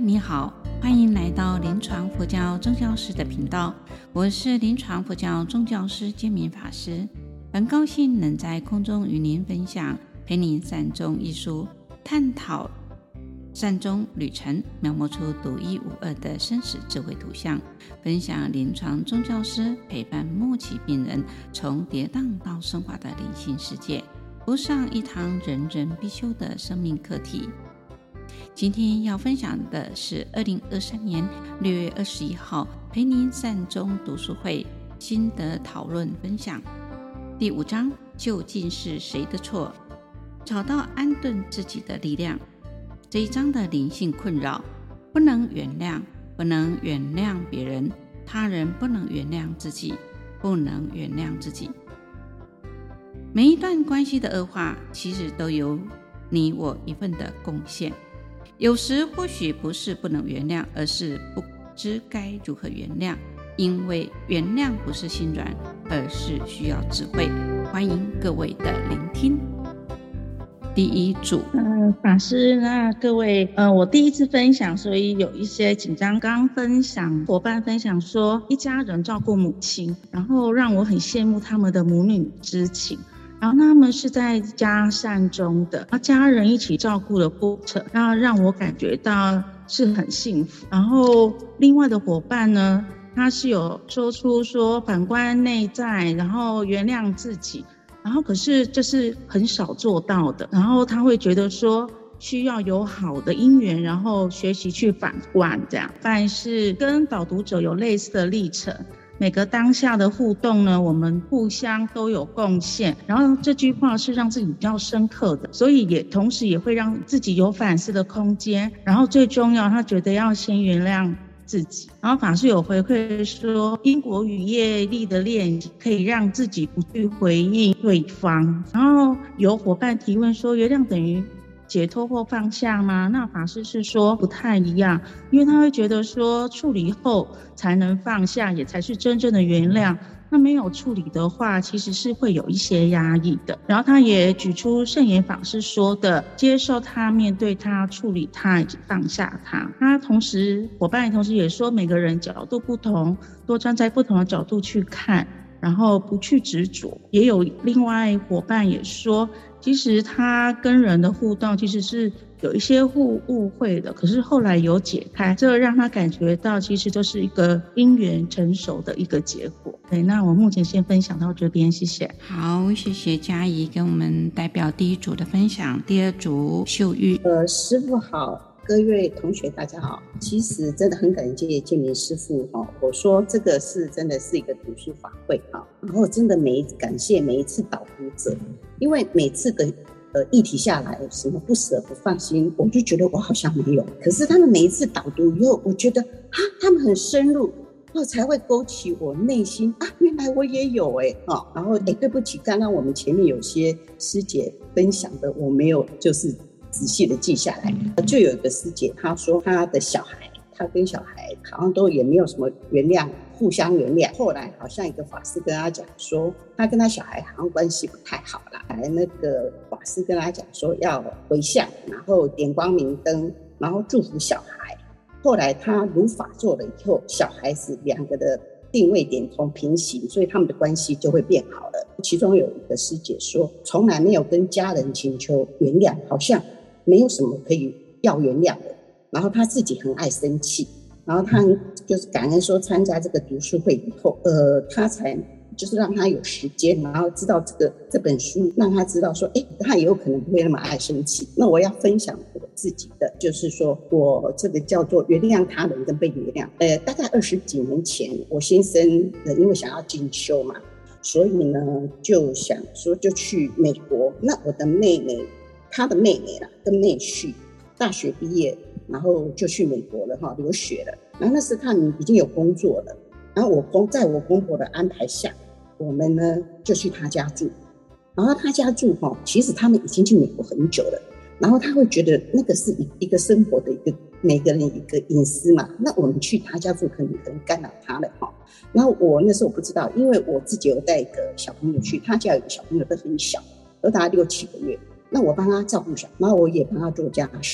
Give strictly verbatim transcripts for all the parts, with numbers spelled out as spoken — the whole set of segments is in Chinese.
你好，欢迎来到临床佛教宗教师的频道，我是临床佛教宗教师建明法师，很高兴能在空中与您分享陪您善终一书，探讨善终旅程，描摹出独一无二的生死智慧图像，分享临床宗教师陪伴末期病人从跌宕到升华的灵性世界，补上一堂人人必修的生命课题。今天要分享的是二零二三年六月二十一号陪您善终读书会心得讨论分享，第五章究竟是谁的错？找到安顿自己的力量。这一章的灵性困扰，不能原谅，不能原谅别人，他人不能原谅自己，不能原谅自己。每一段关系的恶化，其实都有你我一份的贡献。有时或许不是不能原谅，而是不知该如何原谅，因为原谅不是心软，而是需要智慧。欢迎各位的聆听。第一组， 呃，法师，那各位，呃，我第一次分享，所以有一些紧张。刚分享伙伴分享说，一家人照顾母亲，然后让我很羡慕他们的母女之情。然后他们是在家善终的，家人一起照顾的过程，然后让我感觉到是很幸福。然后另外的伙伴呢，他是有说出说反观内在，然后原谅自己，然后可是这是很少做到的。然后他会觉得说需要有好的因缘，然后学习去反观这样。但是跟导读者有类似的历程。每个当下的互动呢，我们互相都有贡献，然后这句话是让自己比较深刻的，所以也同时也会让自己有反思的空间。然后最重要，他觉得要先原谅自己。然后法师有回馈说，因果与业力的练习可以让自己不去回应对方。然后有伙伴提问说，原谅等于解脱或放下吗？那法师是说不太一样，因为他会觉得说处理后才能放下，也才是真正的原谅。那没有处理的话，其实是会有一些压抑的。然后他也举出圣严法师说的，接受他、面对他、处理他以及放下他。他同时伙伴同时也说，每个人角度不同，多站在不同的角度去看，然后不去执着。也有另外伙伴也说，其实他跟人的互动其实是有一些互误会的，可是后来有解开，这让他感觉到其实就是一个因缘成熟的一个结果。对，那我目前先分享到这边，谢谢。 好，谢谢嘉怡跟我们代表第一组的分享。第二组秀玉。 呃，师父好，各位同学大家好。其实真的很感谢建明师父哈，我说这个是真的是一个读书法会哈，然后真的每一感谢每一次导读者，因为每次的呃议题下来，什么不舍不放心，我就觉得我好像没有，可是他们每一次导读以后，我觉得啊，他们很深入。然后才会勾起我内心啊，原来我也有哎、欸哦、然后哎，对不起，刚刚我们前面有些师姐分享的，我没有就是仔细的记下来。就有一个师姐，她说她的小孩，她跟小孩好像都也没有什么原谅，互相原谅。后来好像一个法师跟她讲说，她跟她小孩好像关系不太好啦。来那个法师跟她讲说要回向，然后点光明灯，然后祝福小孩。后来他如法做了以后，小孩子两个的定位点同平行，所以他们的关系就会变好了。其中有一个师姐说，从来没有跟家人请求原谅，好像没有什么可以要原谅的。然后他自己很爱生气，然后他就是感恩说参加这个读书会以后，呃，他才就是让他有时间，然后知道这个这本书，让他知道说，哎，他也有可能不会那么爱生气。那我要分享我自己的，就是说我这个叫做原谅他人跟被原谅。呃，大概二十几年前，我先生呃因为想要进修嘛，所以呢就想说就去美国。那我的妹妹，她的妹妹啦跟妹婿，大学毕业，然后就去美国了哈，留学了。然后那时他们已经有工作了。然后我公在我公婆的安排下，我们呢就去他家住。然后他家住哈，其实他们已经去美国很久了。然后他会觉得那个是一个生活的一个每个人一个隐私嘛，那我们去他家住可能可能干扰他了哈。然后我那时候我不知道，因为我自己有带一个小朋友去，他家有个小朋友都很小，都大概六七个月，那我帮他照顾小，然后我也帮他做家事。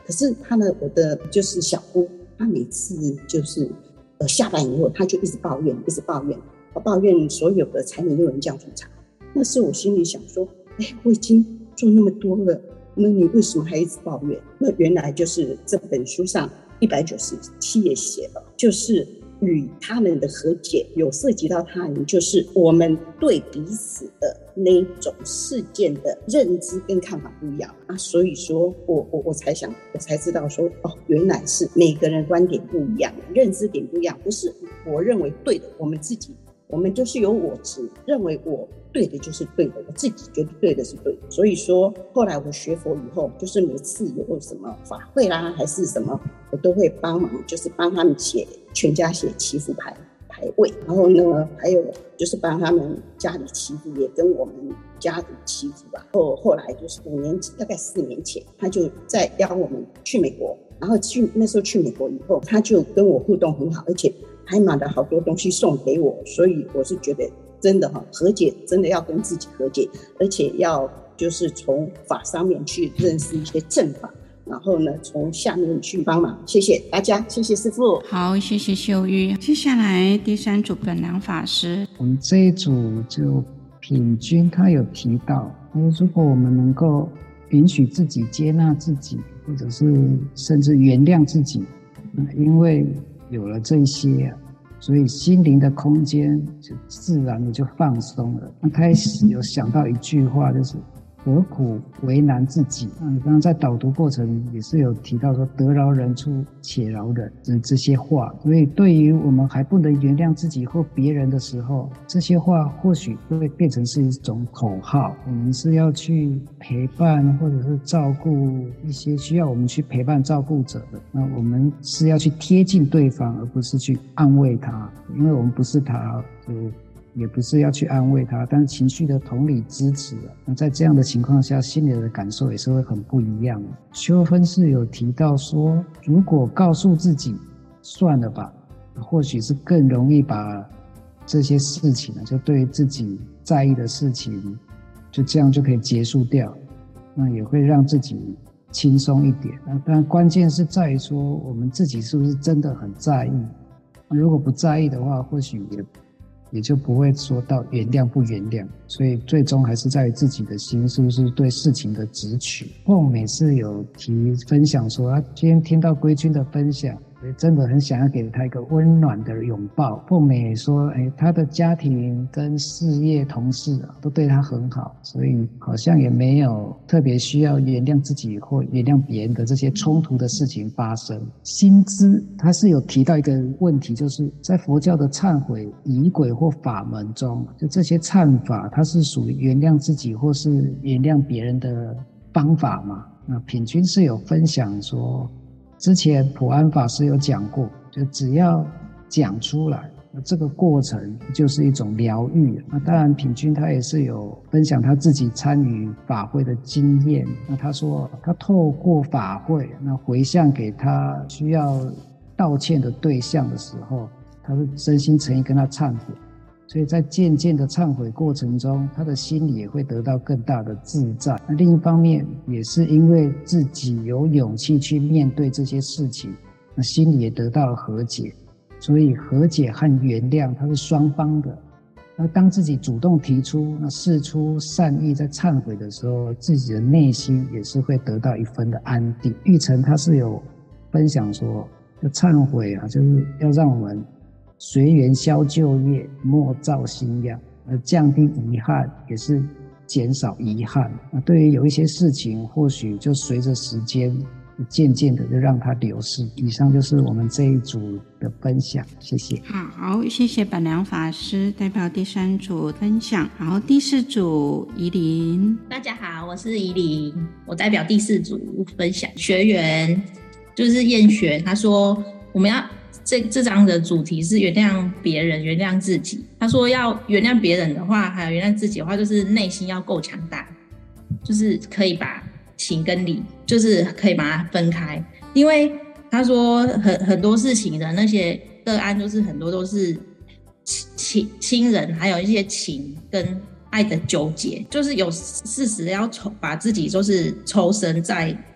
可是他的我的就是小姑，她每次就是呃下班以后，她就一直抱怨，一直抱怨，抱怨所有的柴米油盐酱醋茶。那时候我心里想说，哎，我已经做那么多了，那你为什么还一直抱怨？那原来就是这本书上一百九十七页写了，就是与他人的和解，有涉及到他人，就是我们对彼此的那种事件的认知跟看法不一样啊，所以说我我我才想，我才知道说，哦，原来是每个人观点不一样，认知点不一样，不是我认为对的，我们自己。我们就是有我执，认为我对的就是对的，我自己觉得对的是对的。所以说，后来我学佛以后，就是每次有什么法会啦，还是什么，我都会帮忙，就是帮他们写全家写祈福牌牌位，然后呢，还有就是帮他们家里祈福，也跟我们家里祈福吧。后后来就是五年，大概四年前，他就在邀我们去美国，然后去那时候去美国以后，他就跟我互动很好，而且还买了好多东西送给我，所以我是觉得真的哈，和解真的要跟自己和解，而且要就是从法上面去认识一些正法，然后呢从下面去帮忙。谢谢大家，谢谢师父。 好，谢谢秀玉。接下来第三组本良法师， 我们这一组就品君他有提到，如果我们能够允许自己接纳自己，或者是甚至原谅自己，因为有了这些啊，所以心灵的空间就自然的就放松了。那开始有想到一句话，就是何苦为难自己？那你刚刚在导读过程也是有提到说得饶人处且饶人的这些话，所以对于我们还不能原谅自己或别人的时候，这些话或许会变成是一种口号。我们是要去陪伴或者是照顾一些需要我们去陪伴照顾者的，那我们是要去贴近对方，而不是去安慰他，因为我们不是他，就也不是要去安慰他，但是情绪的同理支持，那在这样的情况下，心里的感受也是会很不一样的。秋分是有提到说，如果告诉自己算了吧，或许是更容易把这些事情，就对于自己在意的事情，就这样就可以结束掉，那也会让自己轻松一点。那当然关键是在于说，我们自己是不是真的很在意，如果不在意的话，或许也也就不会说到原谅不原谅，所以最终还是在于自己的心是不是对事情的直取。凤美是有提分享说，他今天听到归君的分享，真的很想要给他一个温暖的拥抱。凤美也说，哎，他的家庭跟事业同事啊，都对他很好，所以好像也没有特别需要原谅自己或原谅别人的这些冲突的事情发生。心知他是有提到一个问题，就是在佛教的忏悔仪轨或法门中，就这些忏法，它是属于原谅自己或是原谅别人的方法吗？那品君是有分享说，之前普安法师有讲过，就只要讲出来，这个过程就是一种疗愈。那当然品君他也是有分享他自己参与法会的经验。那他说他透过法会，那回向给他需要道歉的对象的时候，他是真心诚意跟他忏悔，所以在渐渐的忏悔过程中，他的心里也会得到更大的自在。那另一方面也是因为自己有勇气去面对这些事情，那心里也得到了和解。所以和解和原谅它是双方的。那当自己主动提出，那释出善意，在忏悔的时候，自己的内心也是会得到一分的安定。玉成他是有分享说，就忏悔啊，就是要让我们随缘消旧业，莫造新样，而降低遗憾，也是减少遗憾。那对于有一些事情，或许就随着时间渐渐的就让它流逝。以上就是我们这一组的分享，谢谢。 好，谢谢本良法师代表第三组分享。然后第四组宜林， 大家好，我是宜林，我代表第四组分享。学员就是燕璇，他说我们要这这章的主题是原谅别人，原谅自己。他说要原谅别人的话，还有原谅自己的话，就是内心要够强大，就是可以把情跟理，就是可以把它分开。因为他说很很多事情的那些个案，就是很多都是亲亲人，还有一些情跟爱的纠结，就是有事实要抽把自己就是抽身在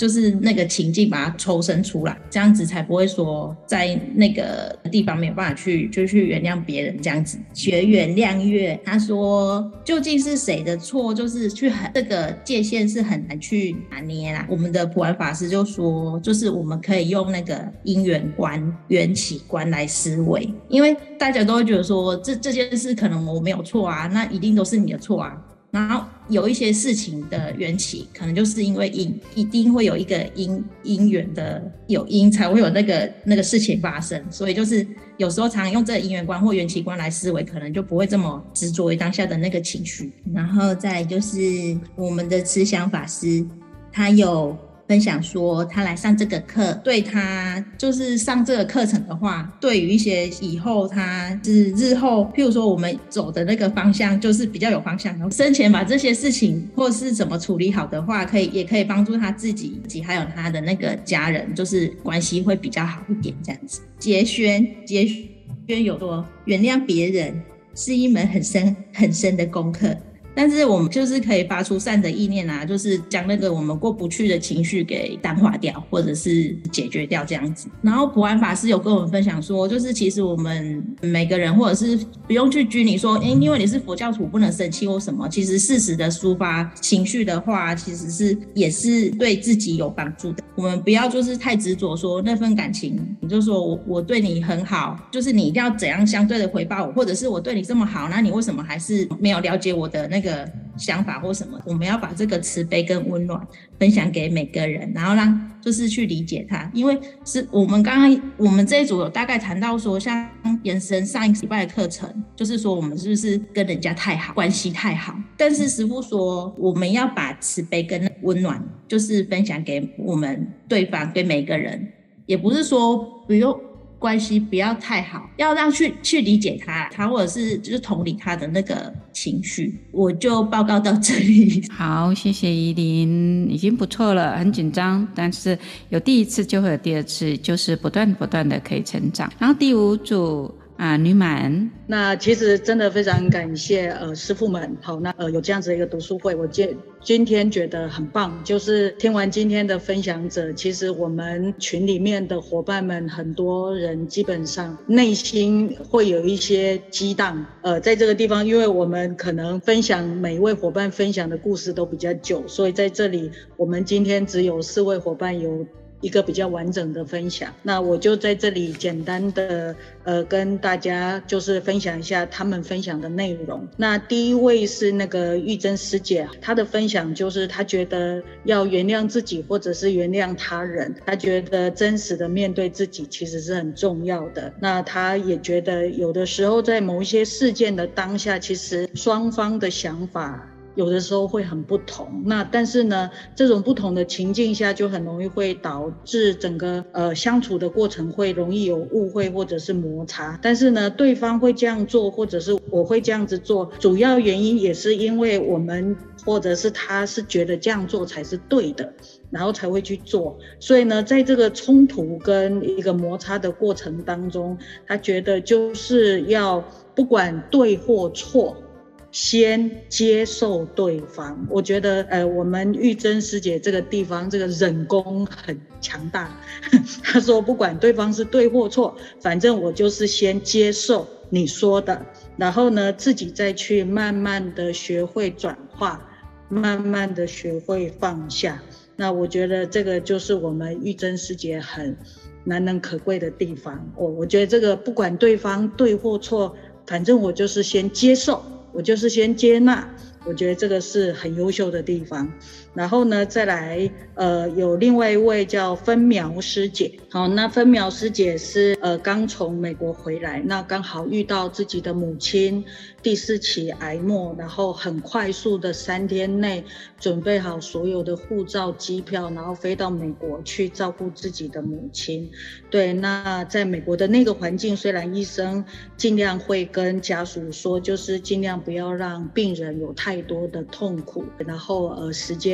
就是那个情境把它抽身出来，这样子才不会说在那个地方没有办法去就去原谅别人这样子。学员亮月他说，究竟是谁的错，就是去很这个界限是很难去拿捏啦。我们的普安法师就说，就是我们可以用那个因缘观、缘起观来思维，因为大家都会觉得说这这件事可能我没有错啊，那一定都是你的错啊。然后有一些事情的缘起，可能就是因为因，一定会有一个因因缘的，有因才会有那个那个事情发生，所以就是有时候常常用这个因缘观或缘起观来思维，可能就不会这么执着于当下的那个情绪。然后再来就是我们的慈祥法师，他有分享说他来上这个课，对他就是上这个课程的话，对于一些以后他是日后譬如说我们走的那个方向就是比较有方向，然后生前把这些事情或是怎么处理好的话，可以也可以帮助他自己还有他的那个家人，就是关系会比较好一点这样子。杰轩杰轩有说，原谅别人是一门很深很深的功课，但是我们就是可以发出善的意念啊，就是将那个我们过不去的情绪给淡化掉，或者是解决掉这样子。然后普安法师有跟我们分享说，就是其实我们每个人或者是不用去拘泥说，诶，因为你是佛教徒不能生气或什么，其实适时的抒发情绪的话，其实是也是对自己有帮助的。我们不要就是太执着说那份感情，你就说我我对你很好，就是你一定要怎样相对的回报我，或者是我对你这么好，那你为什么还是没有了解我的那个想法或什么？我们要把这个慈悲跟温暖分享给每个人，然后让就是去理解他。因为是我们刚刚我们这一组有大概谈到说，像延伸上一个礼拜的课程，就是说我们是不是跟人家太好，关系太好，但是师父说我们要把慈悲跟温暖就是分享给我们对方，给每个人，也不是说不用关系不要太好，要让去去理解他，他或者是就是同理他的那个情绪。我就报告到这里。 好，谢谢怡琳，已经不错了，很紧张，但是有第一次就会有第二次，就是不断不断的可以成长。然后第五组啊，女满。 那其实真的非常感谢呃师父们，好，那呃有这样子的一个读书会，我今今天觉得很棒，就是听完今天的分享者，其实我们群里面的伙伴们很多人基本上内心会有一些激荡，呃，在这个地方，因为我们可能分享每一位伙伴分享的故事都比较久，所以在这里我们今天只有四位伙伴有一个比较完整的分享，那我就在这里简单的呃跟大家就是分享一下他们分享的内容。那第一位是那个玉珍师姐，她的分享就是她觉得要原谅自己或者是原谅他人，她觉得真实的面对自己其实是很重要的。那她也觉得有的时候在某一些事件的当下，其实双方的想法有的时候会很不同，那但是呢这种不同的情境下就很容易会导致整个呃相处的过程会容易有误会或者是摩擦，但是呢对方会这样做或者是我会这样子做，主要原因也是因为我们或者是他是觉得这样做才是对的，然后才会去做。所以呢在这个冲突跟一个摩擦的过程当中，他觉得就是要不管对或错，先接受对方。我觉得呃，我们玉珍师姐这个地方这个忍功很强大她说不管对方是对或错，反正我就是先接受你说的，然后呢自己再去慢慢的学会转化，慢慢的学会放下。那我觉得这个就是我们玉珍师姐很难能可贵的地方。我我觉得这个不管对方对或错，反正我就是先接受，我就是先接纳，我觉得这个是很优秀的地方。然后呢再来呃有另外一位叫分苗师姐，好，那分苗师姐是呃刚从美国回来，那刚好遇到自己的母亲第四期癌末，然后很快速的三天内准备好所有的护照机票，然后飞到美国去照顾自己的母亲。对，那在美国的那个环境，虽然医生尽量会跟家属说就是尽量不要让病人有太多的痛苦，然后呃时间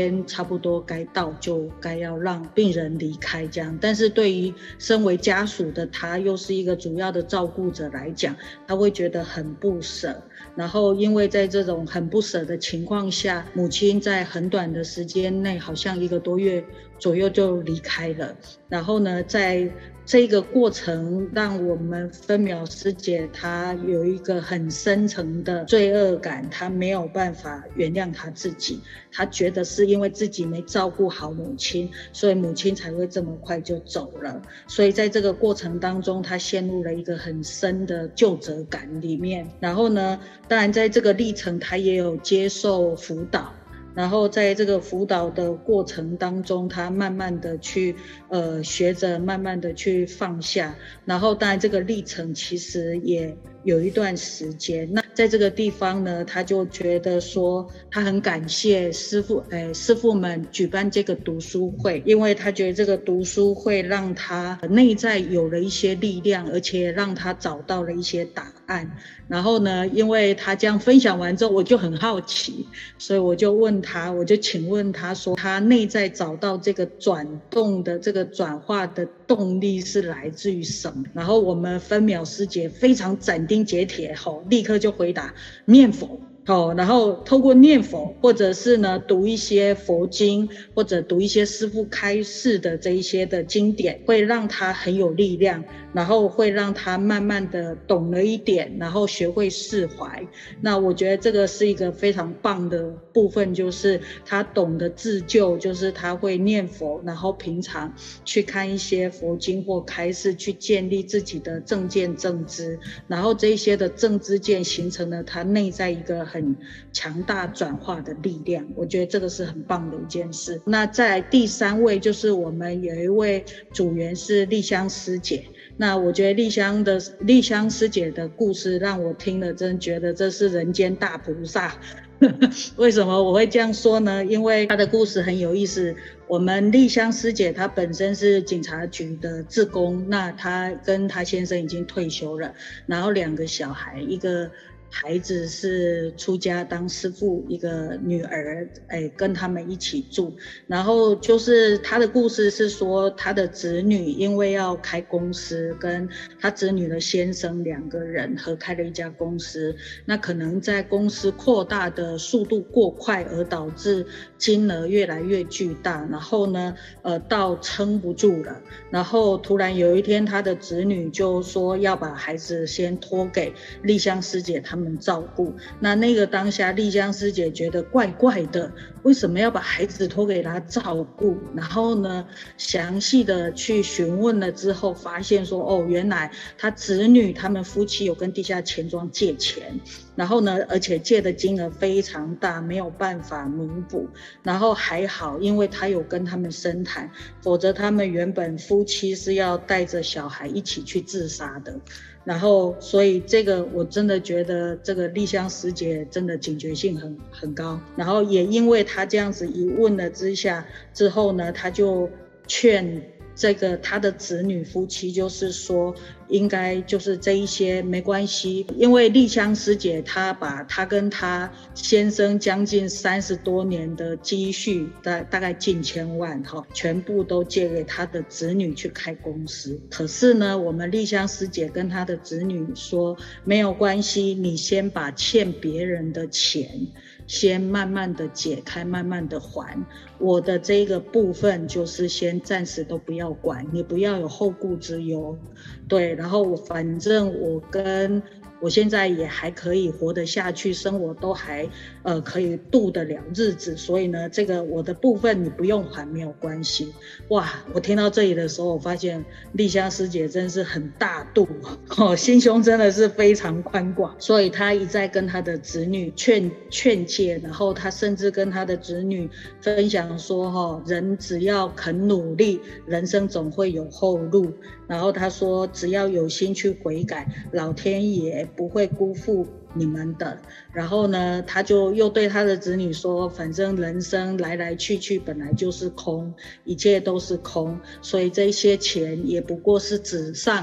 间差不多该到，就该要让病人离开这样。但是对于身为家属的他，又是一个主要的照顾者来讲，他会觉得很不舍。然后因为在这种很不舍的情况下，母亲在很短的时间内，好像一个多月左右就离开了。然后呢，在这个过程让我们分秒师姐她有一个很深层的罪恶感，她没有办法原谅她自己，她觉得是因为自己没照顾好母亲，所以母亲才会这么快就走了。所以在这个过程当中，她陷入了一个很深的疚责感里面。然后呢，当然在这个历程她也有接受辅导，然后在这个辅导的过程当中，他慢慢的去呃学着慢慢的去放下。然后当然这个历程其实也有一段时间。那在这个地方呢，他就觉得说他很感谢师父诶师父们举办这个读书会，因为他觉得这个读书会让他内在有了一些力量，而且让他找到了一些答案。然后呢，因为他这样分享完之后，我就很好奇，所以我就问他，我就请问他说，他内在找到这个转动的这个转化的动力是来自于什么？然后我们分秒师姐非常斩钉截铁吼，立刻就回答念佛。哦，然后透过念佛，或者是呢读一些佛经，或者读一些师父开示的这一些的经典，会让他很有力量，然后会让他慢慢的懂了一点，然后学会释怀。那我觉得这个是一个非常棒的部分，就是他懂得自救，就是他会念佛，然后平常去看一些佛经或开示，去建立自己的正见正知，然后这一些的正知见形成了他内在一个很很强大转化的力量，我觉得这个是很棒的一件事。那在第三位就是我们有一位组员是丽香师姐，那我觉得丽香的丽香师姐的故事让我听了真觉得这是人间大菩萨。为什么我会这样说呢？因为她的故事很有意思。我们丽香师姐她本身是警察局的志工，那她跟她先生已经退休了，然后两个小孩，一个孩子是出家当师父，一个女儿哎跟他们一起住。然后就是他的故事是说，他的子女因为要开公司，跟他子女的先生两个人合开了一家公司，那可能在公司扩大的速度过快，而导致金额越来越巨大，然后呢呃到撑不住了，然后突然有一天他的子女就说要把孩子先托给丽香师姐他们照顾。那那个当下丽香师姐觉得怪怪的，为什么要把孩子托给他照顾？然后呢详细的去询问了之后，发现说哦，原来他子女他们夫妻有跟地下钱庄借钱，然后呢而且借的金额非常大，没有办法弥补。然后还好因为他有跟他们深谈，否则他们原本夫妻是要带着小孩一起去自杀的。然后所以这个我真的觉得这个丽香师姐真的警觉性很很高。然后也因为她这样子一问了之下之后呢，她就劝这个他的子女夫妻，就是说应该就是这一些没关系，因为丽香师姐她把她跟她先生将近三十多年的积蓄，大大概近千万哈，全部都借给她的子女去开公司。可是呢，我们丽香师姐跟她的子女说，没有关系，你先把欠别人的钱先慢慢的解开，慢慢的还，我的这个部分就是先暂时都不要管，你不要有后顾之忧。对，然后我反正我跟我现在也还可以活得下去，生活都还呃可以度得了日子，所以呢这个我的部分你不用还没有关系。哇，我听到这里的时候，我发现丽香师姐真是很大度哦，心胸真的是非常宽广，所以她一再跟她的子女劝劝诫，然后她甚至跟她的子女分享说哦，人只要肯努力，人生总会有后路。然后她说只要有心去悔改，老天爷不会辜负你们的。然后呢他就又对他的子女说，反正人生来来去去本来就是空，一切都是空，所以这些钱也不过是纸上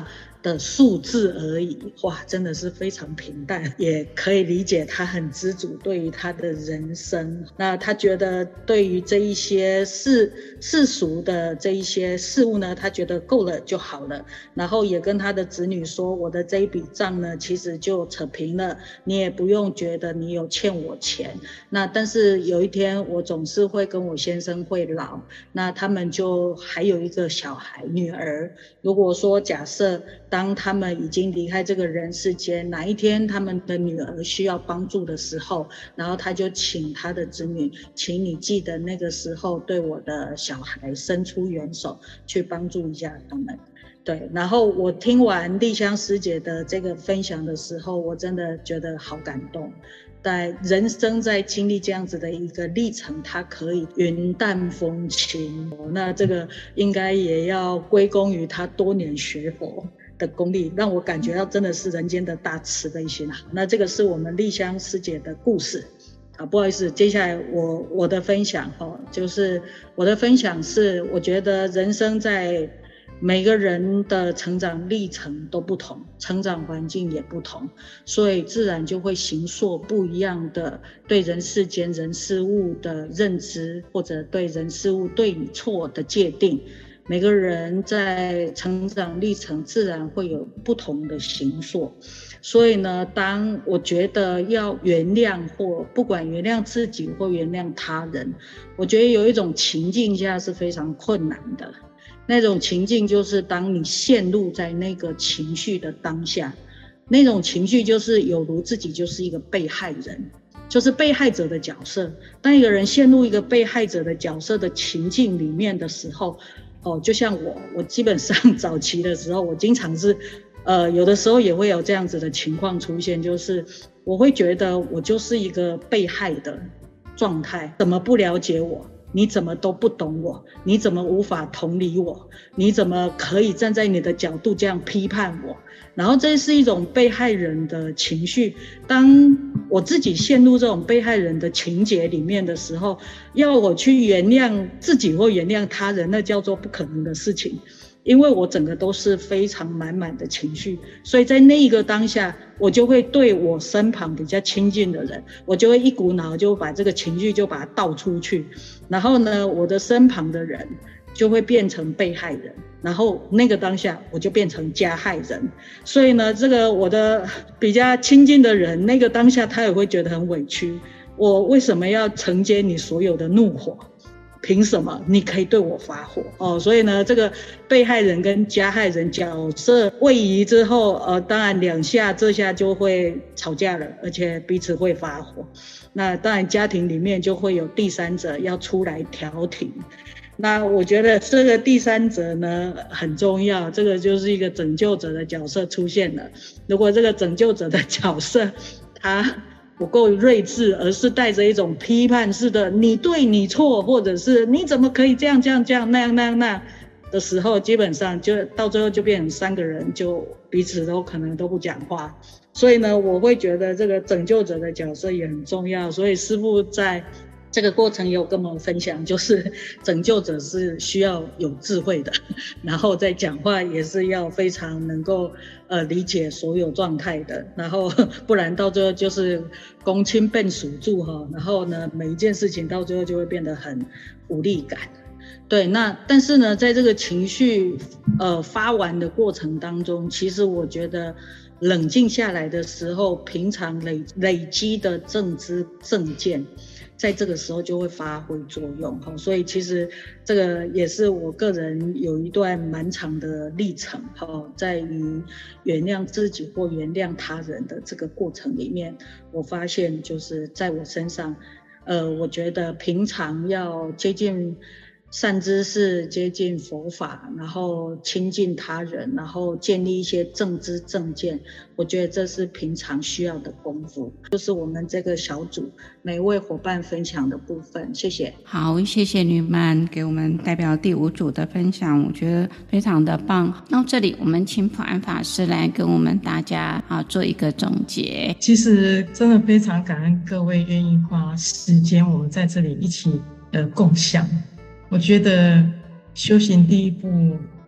的数字而已，哇，真的是非常平淡，也可以理解他很知足对于他的人生。那他觉得对于这一些世世俗的这一些事物呢，他觉得够了就好了，然后也跟他的子女说，我的这一笔账呢其实就扯平了，你也不用觉得你有欠我钱，那但是有一天我总是会跟我先生会老，那他们就还有一个小孩女儿，如果说假设当他们已经离开这个人世间，哪一天他们的女儿需要帮助的时候，然后他就请他的子女，请你记得那个时候对我的小孩伸出援手，去帮助一下他们。对，然后我听完丽香师姐的这个分享的时候，我真的觉得好感动。在人生在经历这样子的一个历程，它可以云淡风轻，那这个应该也要归功于他多年学佛的功力，让我感觉到真的是人间的大慈悲心啊。那这个是我们丽香师姐的故事啊，不好意思，接下来我我的分享哈，就是我的分享是，我觉得人生在每个人的成长历程都不同，成长环境也不同，所以自然就会形塑不一样的对人世间人事物的认知，或者对人事物对与错的界定。每个人在成长历程自然会有不同的形塑，所以呢，当我觉得要原谅，或不管原谅自己或原谅他人，我觉得有一种情境下是非常困难的。那种情境就是当你陷入在那个情绪的当下，那种情绪就是有如自己就是一个被害人，就是被害者的角色。当一个人陷入一个被害者的角色的情境里面的时候，哦，就像我，我基本上早期的时候，我经常是，呃，有的时候也会有这样子的情况出现，就是我会觉得我就是一个被害的状态，怎么不了解我？你怎么都不懂我？你怎么无法同理我？你怎么可以站在你的角度这样批判我？然后这是一种被害人的情绪。当我自己陷入这种被害人的情节里面的时候，要我去原谅自己或原谅他人，那叫做不可能的事情。因为我整个都是非常满满的情绪，所以在那一个当下，我就会对我身旁比较亲近的人，我就会一股脑就把这个情绪就把它倒出去，然后呢，我的身旁的人就会变成被害人，然后那个当下我就变成加害人。所以呢，这个我的比较亲近的人，那个当下他也会觉得很委屈，我为什么要承接你所有的怒火？凭什么你可以对我发火？哦，所以呢，这个被害人跟加害人角色位移之后，呃，当然两下这下就会吵架了，而且彼此会发火。那当然家庭里面就会有第三者要出来调停。那我觉得这个第三者呢很重要，这个就是一个拯救者的角色出现了。如果这个拯救者的角色他不够睿智，而是带着一种批判式的你对你错，或者是你怎么可以这样这样这样那样那样那样的时候，基本上就到最后就变成三个人就彼此都可能都不讲话。所以呢，我会觉得这个拯救者的角色也很重要。所以师父在这个过程也有跟我们分享，就是拯救者是需要有智慧的，然后在讲话也是要非常能够呃理解所有状态的，然后不然到最后就是公亲变属住哈，然后呢每一件事情到最后就会变得很无力感。对，那但是呢，在这个情绪呃发完的过程当中，其实我觉得冷静下来的时候，平常累累积的正知正见，在这个时候就会发挥作用。所以其实这个也是我个人有一段蛮长的历程，在于原谅自己或原谅他人的这个过程里面，我发现就是在我身上，呃，我觉得平常要接近善知识，接近佛法，然后亲近他人，然后建立一些正知正见，我觉得这是平常需要的功夫，就是我们这个小组每位伙伴分享的部分。谢谢。 好，谢谢女曼给我们代表第五组的分享，我觉得非常的棒。到这里我们请普安法师来跟我们大家啊做一个总结。 其实真的非常感恩各位愿意花时间我们在这里一起呃共享。我觉得修行第一步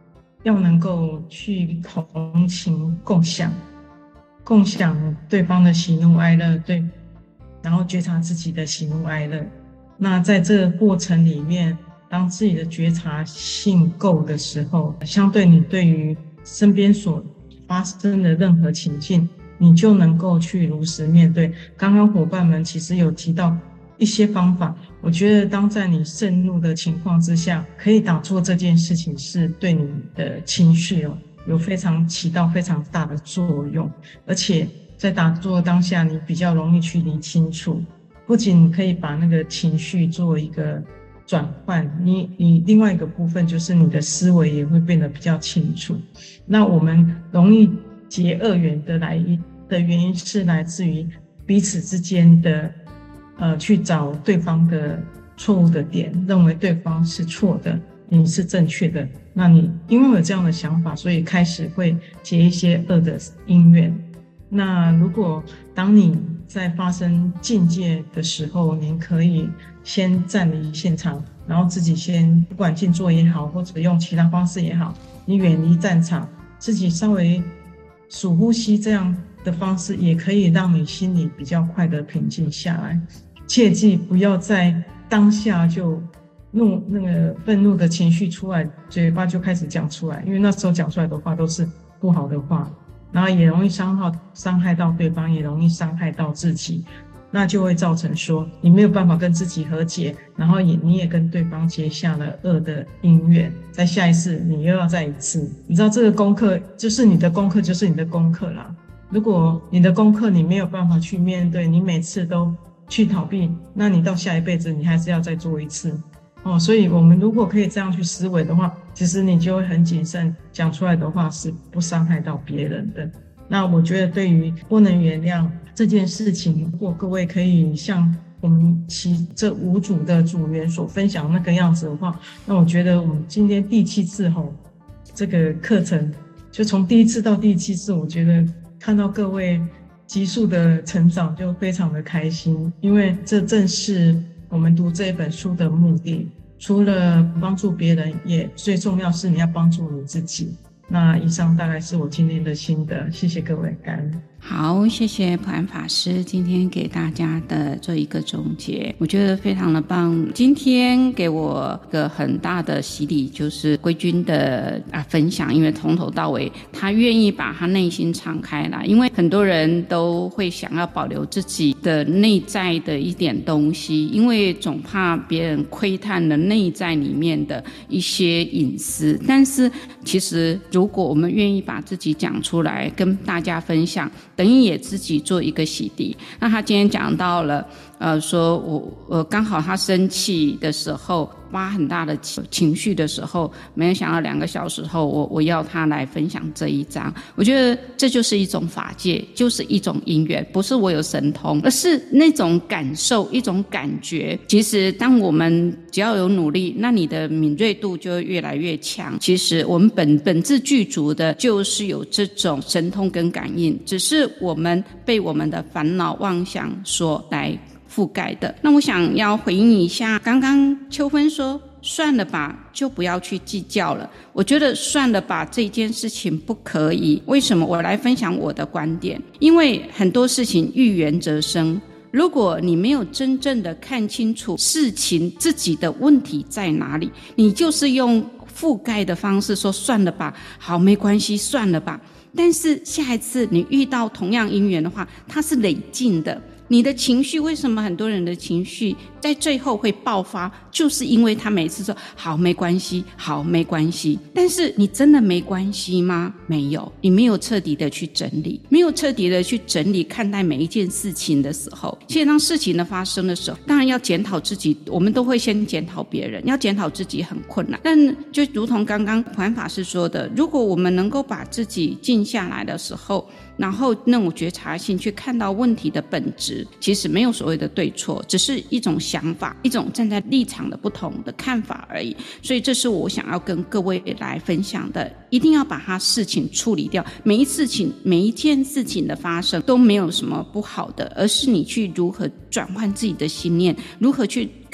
要能够去同情共享共享对方的喜怒哀乐，对，然后觉察自己的喜怒哀乐。那在这个过程里面，当自己的觉察性够的时候，相对你对于身边所发生的任何情境，你就能够去如实面对。刚刚伙伴们其实有提到一些方法，我觉得当在你盛怒的情况之下，可以打坐这件事情是对你的情绪哦有非常起到非常大的作用，而且在打坐当下，你比较容易去理清楚。不仅可以把那个情绪做一个转换，你你另外一个部分就是你的思维也会变得比较清楚。那我们容易结恶缘的来的原因是来自于彼此之间的呃去找对方的错误的点，认为对方是错的，你是正确的。那你因为有这样的想法，所以开始会结一些恶的因缘。那如果当你在发生境界的时候，您可以先暂离现场，然后自己先不管静坐也好，或者用其他方式也好，你远离战场，自己稍微数呼吸，这样的方式也可以让你心里比较快的平静下来。切记不要在当下就怒那个愤怒的情绪出来，嘴巴就开始讲出来，因为那时候讲出来的话都是不好的话，然后也容易伤害伤害到对方，也容易伤害到自己，那就会造成说你没有办法跟自己和解，然后也你也跟对方结下了恶的因缘，在下一次你又要再一次。你知道这个功课就是你的功课，就是你的功课啦。如果你的功课你没有办法去面对，你每次都去逃避，那你到下一辈子你还是要再做一次哦。所以我们如果可以这样去思维的话，其实你就会很谨慎，讲出来的话是不伤害到别人的。那我觉得对于不能原谅这件事情，如果各位可以像我们其这五组的组员所分享那个样子的话，那我觉得我们今天第七次吼这个课程，就从第一次到第七次，我觉得看到各位急速的成长就非常的开心，因为这正是我们读这本书的目的，除了帮助别人，也最重要是你要帮助你自己。那以上大概是我今天的心得，谢谢各位，感恩。 好，谢谢普安法师今天给大家的做一个总结，我觉得非常的棒。今天给我个很大的洗礼，就是归君的啊分享，因为从头到尾他愿意把他内心敞开来，因为很多人都会想要保留自己的内在的一点东西，因为总怕别人窥探了内在里面的一些隐私。但是其实如果我们愿意把自己讲出来跟大家分享，等于也自己做一个洗涤。那他今天讲到了呃，说我呃刚好他生气的时候，发很大的情绪的时候，没有想到两个小时后我我要他来分享这一章。我觉得这就是一种法界，就是一种因缘，不是我有神通，而是那种感受，一种感觉。其实当我们只要有努力，那你的敏锐度就会越来越强。其实我们本本自具足的就是有这种神通跟感应，只是我们被我们的烦恼妄想所来覆盖的。那我想要回应一下刚刚秋芬说算了吧，就不要去计较了。我觉得算了吧这件事情不可以。为什么？我来分享我的观点。因为很多事情遇缘则生，如果你没有真正的看清楚事情自己的问题在哪里，你就是用覆盖的方式说算了吧，好没关系，算了吧。但是下一次你遇到同样因缘的话，它是累进的。你的情绪，为什么很多人的情绪在最后会爆发，就是因为他每次说好没关系，好没关系。但是你真的没关系吗？没有，你没有彻底的去整理，没有彻底的去整理看待每一件事情的时候，其实当事情的发生的时候，当然要检讨自己，我们都会先检讨别人，要检讨自己很困难。但就如同刚刚普安法师说的，如果我们能够把自己静下来的时候，然后那种觉察性去看到问题的本质，其实没有所谓的对错，只是一种想法，一种站在立场的不同的看法而已。所以这是我想要跟各位来分享的，一定要把它事情处理掉。每一事情每一件事情的发生都没有什么不好的，而是你去如何转换自己的心念，如何去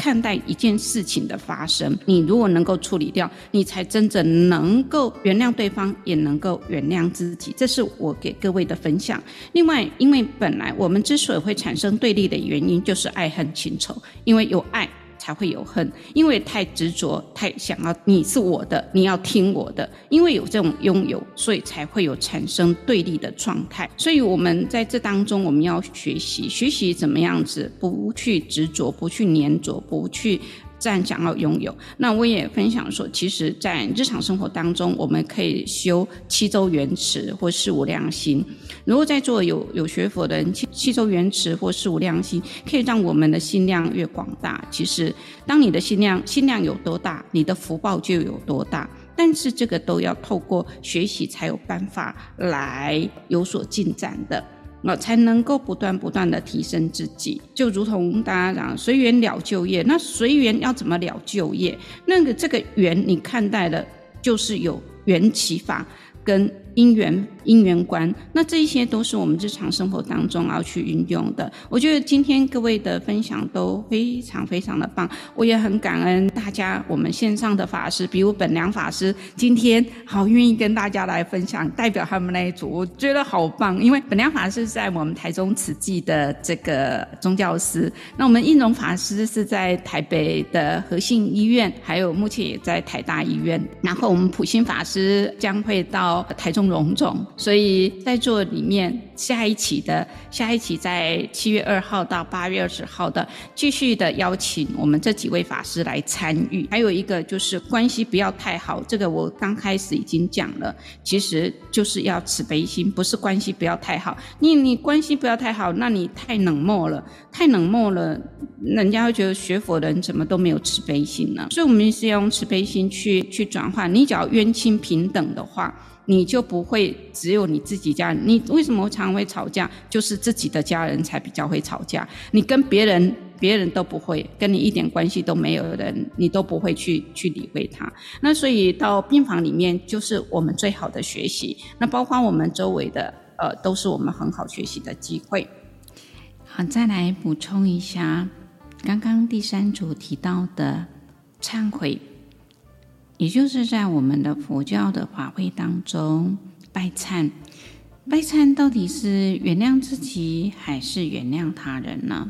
看待一件事情的发生。你如果能够处理掉，你才真正能够原谅对方，也能够原谅自己。这是我给各位的分享。另外，因为本来我们之所以会产生对立的原因，就是爱恨情仇，因为有爱才会有恨，因为太执着，太想要你是我的，你要听我的，因为有这种拥有，所以才会有产生对立的状态。所以我们在这当中，我们要学习学习怎么样子不去执着，不去黏着，不去占想要拥有。那我也分享说，其实在日常生活当中，我们可以修七周圆持或四无量心。如果在座有有学佛的人，七七周圆持或四无量心可以让我们的心量越广大。其实当你的心量心量有多大，你的福报就有多大。但是这个都要透过学习才有办法来有所进展的，才能够不断不断的提升自己。就如同大家讲随缘了就业，那随缘要怎么了就业？那个这个缘你看待的就是有缘起法跟因缘因缘观，那这一些都是我们日常生活当中要去运用的。我觉得今天各位的分享都非常非常的棒，我也很感恩大家，我们线上的法师，比如本良法师今天好愿意跟大家来分享，代表他们那一组，我觉得好棒。因为本良法师在我们台中慈济的这个宗教师，那我们应荣法师是在台北的和信医院，还有目前也在台大医院，然后我们普心法师将会到台中荣总，所以在座里面下一期的下一期在七月二号到八月二十号的继续的邀请我们这几位法师来参与。还有一个就是关系不要太好，这个我刚开始已经讲了，其实就是要慈悲心，不是关系不要太好。你你关系不要太好，那你太冷漠了，太冷漠了，人家会觉得学佛的人怎么都没有慈悲心呢？所以我们是要用慈悲心去去转换。你只要冤亲平等的话，你就不会只有你自己家人。你为什么常会吵架？就是自己的家人才比较会吵架，你跟别人别人都不会，跟你一点关系都没有的人，你都不会去去理会他。那所以到病房里面就是我们最好的学习，那包括我们周围的呃，都是我们很好学习的机会。好，再来补充一下刚刚第三组提到的忏悔，也就是在我们的佛教的法会当中拜忏。拜忏到底是原谅自己还是原谅他人呢？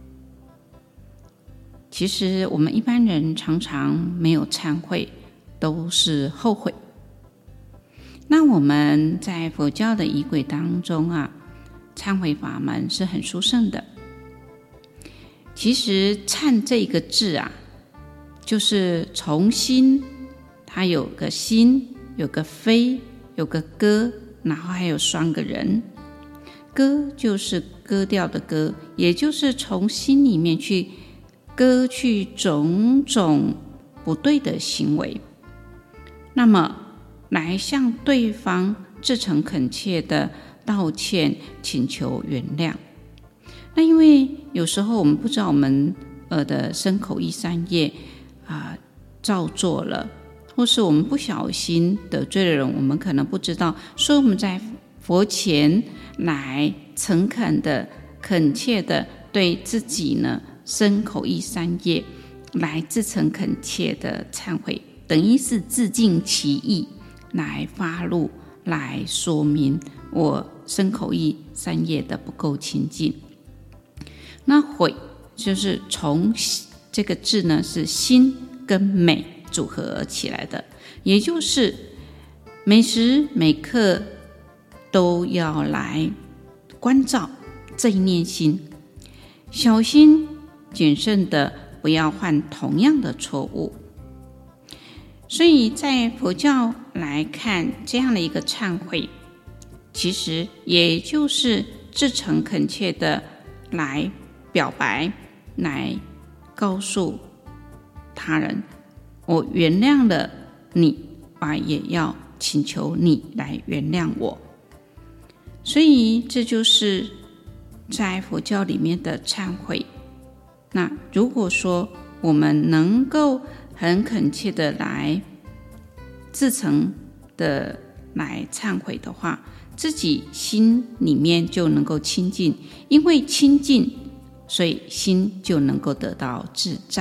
其实我们一般人常常没有忏悔，都是后悔。那我们在佛教的仪轨当中啊，忏悔法门是很殊胜的。其实忏这个字啊，就是从心，它有个心，有个非，有个割，然后还有双个人。割就是割掉的割，也就是从心里面去割去种种不对的行为，那么来向对方至诚恳切的道歉，请求原谅。那因为有时候我们不知道我们呃的身口意三业啊、呃、造作了，或是我们不小心得罪了人，我们可能不知道，所以我们在佛前来诚恳的恳切的对自己呢身口意三业来至诚恳切的忏悔，等于是自尽其意来发露，来说明我身口意三业的不够清净。那悔就是从这个字呢是心跟美组合而起来的，也就是每时每刻都要来关照这一念心，小心谨慎的不要犯同样的错误。所以在佛教来看，这样的一个忏悔，其实也就是至诚恳切的来表白，来告诉他人，我原谅了你，啊，也要请求你来原谅我。所以这就是在佛教里面的忏悔。那如果说我们能够很恳切的来至诚的来忏悔的话，自己心里面就能够清净，因为清净，所以心就能够得到自在。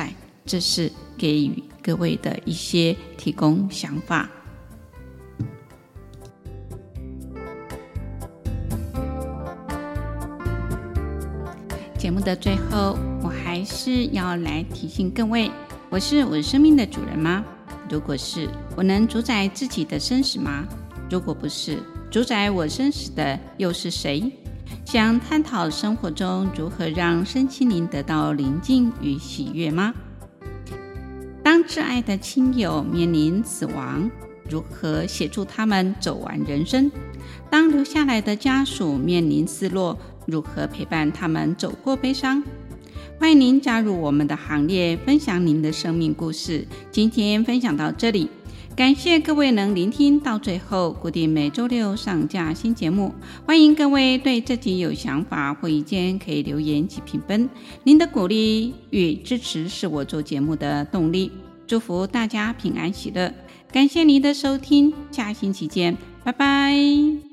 这是给予各位的一些提供想法。节目的最后，我还是要来提醒各位，我是我生命的主人吗？如果是，我能主宰自己的生死吗？如果不是，主宰我生死的又是谁？想探讨生活中如何让身心灵得到宁静与喜悦吗？当挚爱的亲友面临死亡，如何协助他们走完人生？当留下来的家属面临失落，如何陪伴他们走过悲伤？欢迎您加入我们的行列，分享您的生命故事。今天分享到这里，感谢各位能聆听到最后，固定每周六上架新节目。欢迎各位对这集有想法或意见可以留言及评分，您的鼓励与支持是我做节目的动力。祝福大家平安喜乐，感谢您的收听，下星期见，拜拜。